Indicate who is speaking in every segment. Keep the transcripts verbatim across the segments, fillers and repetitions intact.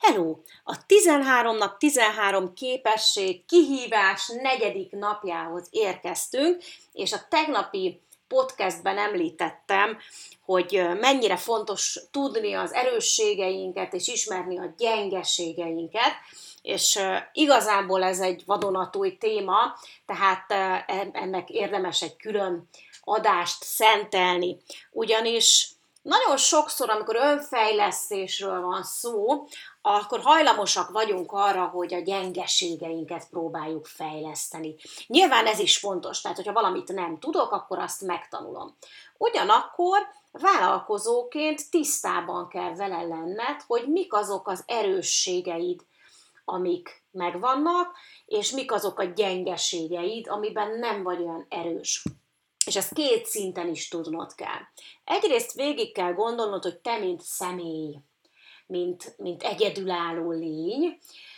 Speaker 1: Hello! A tizenhárom nap tizenhárom képesség kihívás negyedik napjához érkeztünk, és a tegnapi podcastben említettem, hogy mennyire fontos tudni az erősségeinket és ismerni a gyengeségeinket, és igazából ez egy vadonatúj téma, tehát ennek érdemes egy külön adást szentelni, ugyanis nagyon sokszor, amikor önfejlesztésről van szó, akkor hajlamosak vagyunk arra, hogy a gyengeségeinket próbáljuk fejleszteni. Nyilván ez is fontos, tehát hogyha valamit nem tudok, akkor azt megtanulom. Ugyanakkor vállalkozóként tisztában kell vele lenned, hogy mik azok az erősségeid, amik megvannak, és mik azok a gyengeségeid, amiben nem vagy olyan erős. És ezt két szinten is tudnod kell. Egyrészt végig kell gondolnod, hogy te, mint személy, mint, mint egyedülálló lény,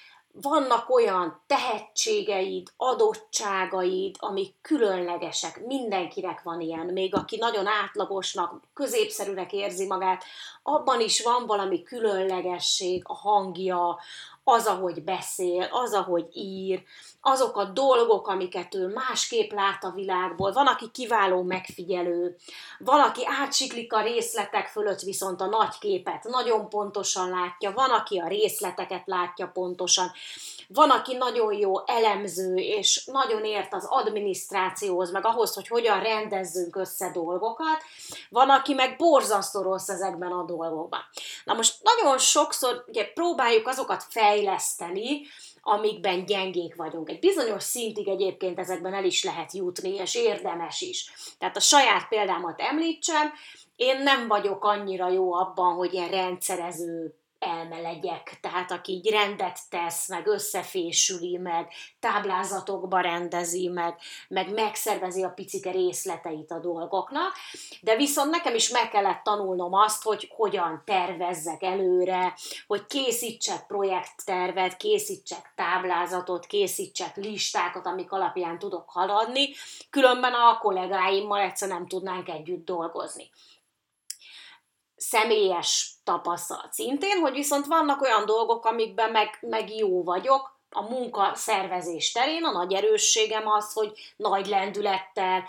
Speaker 1: vannak olyan tehetségeid, adottságaid, amik különlegesek. Mindenkinek van ilyen, még aki nagyon átlagosnak, középszerűnek érzi magát, abban is van valami különlegesség, a hangja, az, ahogy beszél, az, ahogy ír, azok a dolgok, amiket ő másképp lát a világból. Van, aki kiváló megfigyelő, van, aki átsiklik a részletek fölött, viszont a nagy képet nagyon pontosan látja, van, aki a részleteket látja pontosan, van, aki nagyon jó elemző, és nagyon ért az adminisztrációhoz, meg ahhoz, hogy hogyan rendezzünk össze dolgokat, van, aki meg borzasztó rossz ezekben a dolgokban. Na most nagyon sokszor ugye, próbáljuk azokat fejleszteni, amikben gyengék vagyunk. Egy bizonyos szintig egyébként ezekben el is lehet jutni, és érdemes is. Tehát a saját példámat említsem, én nem vagyok annyira jó abban, hogy ilyen rendszerező elme legyek, tehát aki így rendet tesz, meg összefésüli, meg táblázatokba rendezi, meg, meg megszervezi a picike részleteit a dolgoknak, de viszont nekem is meg kellett tanulnom azt, hogy hogyan tervezzek előre, hogy készítsek projekttervet, készítsek táblázatot, készítsek listákat, amik alapján tudok haladni, különben a kollégáimmal egyszer nem tudnánk együtt dolgozni. Személyes tapasztalat szintén, hogy viszont vannak olyan dolgok, amikben meg, meg jó vagyok. A munka szervezés terén a nagy erősségem az, hogy nagy lendülettel,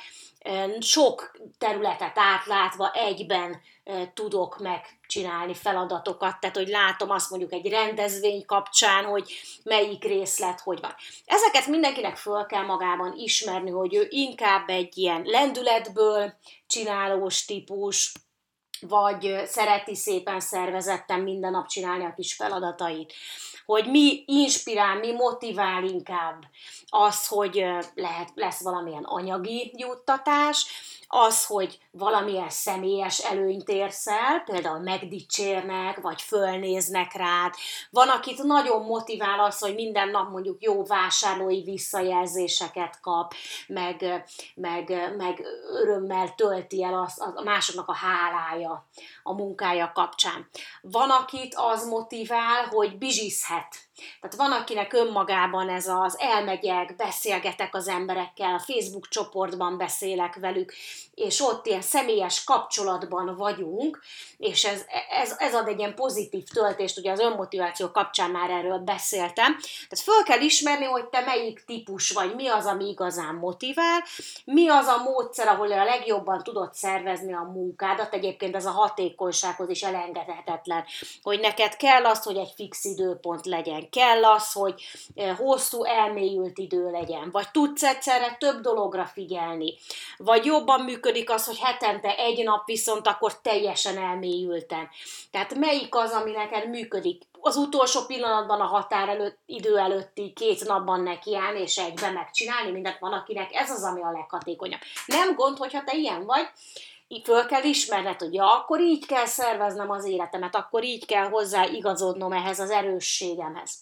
Speaker 1: sok területet átlátva egyben tudok megcsinálni feladatokat, tehát hogy látom azt mondjuk egy rendezvény kapcsán, hogy melyik részlet hogy van. Ezeket mindenkinek föl kell magában ismerni, hogy ő inkább egy ilyen lendületből csinálós típus, vagy szereti szépen szervezetten minden nap csinálni a kis feladatait. Hogy mi inspirál, mi motivál inkább az, hogy lehet, lesz valamilyen anyagi juttatás, az, hogy valamilyen személyes előnyt érsz el, például megdicsérnek, vagy fölnéznek rád. Van, akit nagyon motivál az, hogy minden nap mondjuk jó vásárlói visszajelzéseket kap, meg, meg, meg örömmel tölti el az, a másoknak a hálája a munkája kapcsán. Van, akit az motivál, hogy bizsiszhet. Tehát van, akinek önmagában ez az elmegyek, beszélgetek az emberekkel, a Facebook csoportban beszélek velük, és ott ilyen személyes kapcsolatban vagyunk, és ez, ez, ez ad egy ilyen pozitív töltést, ugye az önmotiváció kapcsán már erről beszéltem. Tehát föl kell ismerni, hogy te melyik típus vagy, mi az, ami igazán motivál, mi az a módszer, ahol a legjobban tudod szervezni a munkádat, egyébként ez a hatékonysághoz is elengedhetetlen, hogy neked kell az, hogy egy fix időpont legyen, kell az, hogy hosszú elmélyült idő legyen, vagy tudsz egyszerre több dologra figyelni, vagy jobban működik az, hogy hetente egy nap viszont akkor teljesen elmélyülten. Tehát melyik az, ami neked működik? Az utolsó pillanatban a határ előtt, idő előtti két napban nekiállni és egyben megcsinálni mindent, van, akinek ez az, ami a leghatékonyabb. Nem gond, hogyha te ilyen vagy, föl kell ismerned, hogy ja, akkor így kell szerveznem az életemet, akkor így kell hozzá igazodnom ehhez az erősségemhez.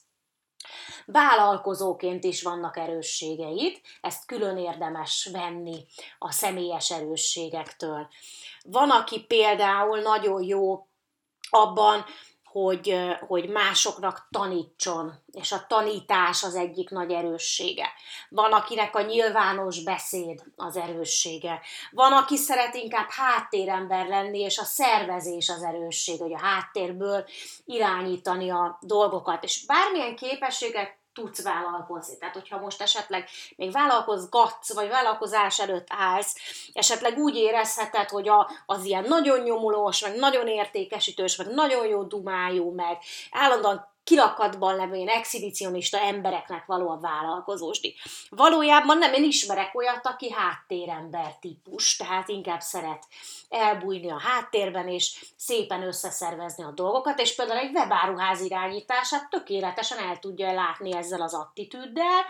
Speaker 1: Vállalkozóként is vannak erősségeid, ezt külön érdemes venni a személyes erősségektől. Van, aki például nagyon jó abban, hogy, hogy másoknak tanítson, és a tanítás az egyik nagy erőssége. Van, akinek a nyilvános beszéd az erőssége. Van, aki szeret inkább háttérember lenni, és a szervezés az erősség, hogy a háttérből irányítani a dolgokat. És bármilyen képességet tudsz vállalkozni. Tehát, hogyha most esetleg még vállalkozgatsz, vagy vállalkozás előtt állsz, esetleg úgy érezheted, hogy a, az ilyen nagyon nyomulós, meg nagyon értékesítős, meg nagyon jó dumájú, meg állandóan kirakatban levő ilyen exhibicionista embereknek való a vállalkozósdi. Valójában nem, én ismerek olyat, aki háttérember típus, tehát inkább szeret elbújni a háttérben, és szépen összeszervezni a dolgokat, és például egy webáruház irányítását tökéletesen el tudja látni ezzel az attitűddel,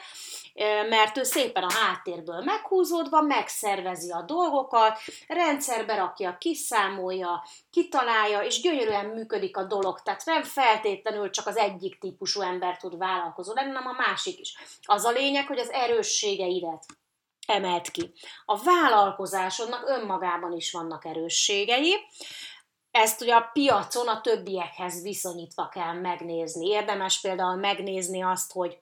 Speaker 1: mert ő szépen a háttérből meghúzódva megszervezi a dolgokat, rendszerbe rakja, kiszámolja, kitalálja, és gyönyörűen működik a dolog. Tehát nem feltétlenül csak az egyik típusú ember tud vállalkozó lenni, hanem a másik is. Az a lényeg, hogy az erősségeidet emelt ki. A vállalkozásodnak önmagában is vannak erősségei, ezt ugye a piacon a többiekhez viszonyítva kell megnézni. Érdemes például megnézni azt, hogy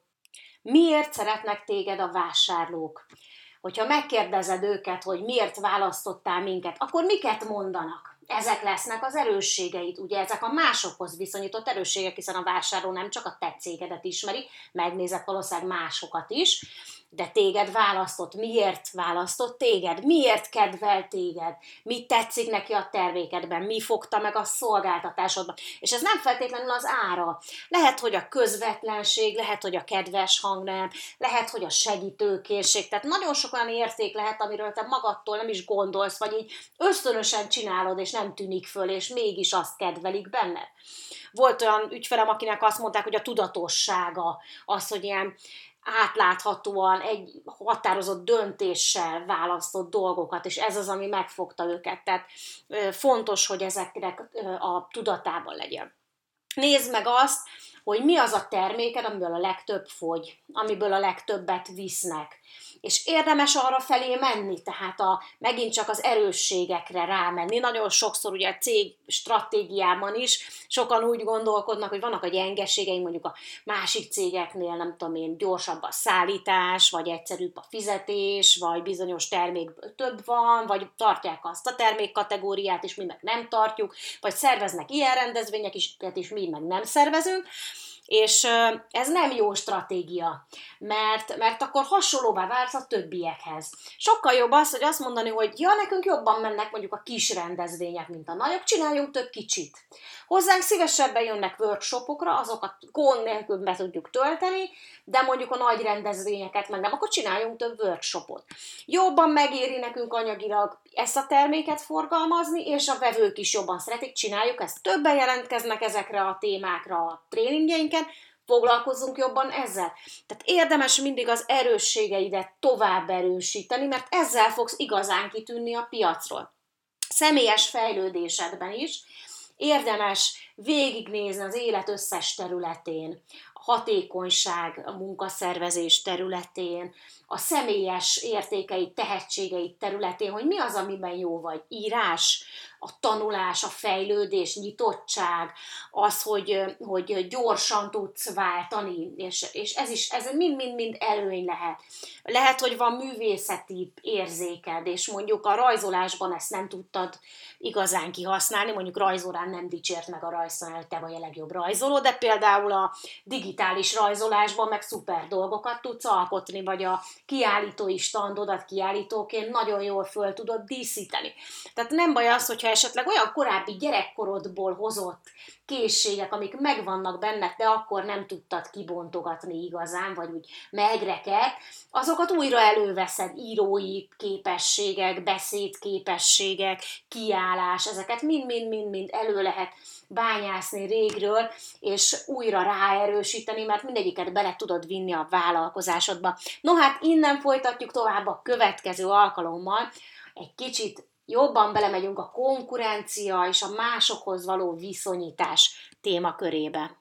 Speaker 1: miért szeretnek téged a vásárlók. Hogyha megkérdezed őket, hogy miért választottál minket, akkor miket mondanak? Ezek lesznek az erősségeid, ugye ezek a másokhoz viszonyított erősségek, hiszen a vásárló nem csak a te cégedet ismeri, megnézett valószínűleg másokat is, de téged választott. Miért választott téged? Miért kedvel téged? Mi tetszik neki a termékedben? Mi fogta meg a szolgáltatásodban? És ez nem feltétlenül az ára. Lehet, hogy a közvetlenség, lehet, hogy a kedves hangnem, lehet, hogy a segítőkészség. Tehát nagyon sok olyan érték lehet, amiről te magadtól nem is gondolsz, vagy így ösztönösen csinálod, és nem tűnik föl, és mégis azt kedvelik benned. Volt olyan ügyfelem, akinek azt mondták, hogy a tudatossága, az, hogy ilyen átláthatóan, egy határozott döntéssel választott dolgokat, és ez az, ami megfogta őket. Tehát fontos, hogy ezeknek a tudatában legyen. Nézd meg azt, hogy mi az a terméked, amiből a legtöbb fogy, amiből a legtöbbet visznek. És érdemes arra felé menni, tehát a, megint csak az erősségekre rámenni. Nagyon sokszor ugye a cég stratégiában is sokan úgy gondolkodnak, hogy vannak a gyengeségeink, mondjuk a másik cégeknél, nem tudom én, gyorsabb a szállítás, vagy egyszerűbb a fizetés, vagy bizonyos termékből több van, vagy tartják azt a termékkategóriát is, mi meg nem tartjuk, vagy szerveznek ilyen rendezvények is, is mi meg nem szervezünk. És ez nem jó stratégia, mert, mert akkor hasonlóvá válsz a többiekhez. Sokkal jobb az, hogy azt mondani, hogy ja, nekünk jobban mennek mondjuk a kis rendezvények, mint a nagyok, csináljunk több kicsit. Hozzánk szívesebben jönnek workshopokra, azokat gond nélkül be tudjuk tölteni, de mondjuk a nagy rendezvényeket meg nem, akkor csináljunk több workshopot. Jobban megéri nekünk anyagilag ezt a terméket forgalmazni, és a vevők is jobban szeretik, csináljuk ezt. Többen jelentkeznek ezekre a témákra a tréningeinken, foglalkozzunk jobban ezzel. Tehát érdemes mindig az erősségeidet tovább erősíteni, mert ezzel fogsz igazán kitűnni a piacról. Személyes fejlődésedben is érdemes végignézni az élet összes területén, a hatékonyság, a munkaszervezés területén, a személyes értékeid, tehetségeid területén, hogy mi az, amiben jó vagy. Írás, a tanulás, a fejlődés, nyitottság, az, hogy, hogy gyorsan tudsz váltani, és, és ez is, ez mind-mind-mind előny lehet. Lehet, hogy van művészeti érzéked, és mondjuk a rajzolásban ezt nem tudtad igazán kihasználni, mondjuk rajzolán nem dicsért meg a rajztanár, te vagy a legjobb rajzoló, de például a digitális rajzolásban meg szuper dolgokat tudsz alkotni, vagy a kiállítói standodat kiállítóként nagyon jól föl tudod díszíteni. Tehát nem baj az, hogyha esetleg olyan korábbi gyerekkorodból hozott készségek, amik megvannak benned, de akkor nem tudtad kibontogatni igazán, vagy úgy megrekedt, azokat újra előveszed, írói képességek, beszédképességek, kiállás, ezeket mind-mind-mind elő lehet bányászni régről, és újra ráerősíteni, mert mindegyiket bele tudod vinni a vállalkozásodba. No hát innen folytatjuk tovább a következő alkalommal, egy kicsit jobban belemegyünk a konkurencia és a másokhoz való viszonyítás témakörébe.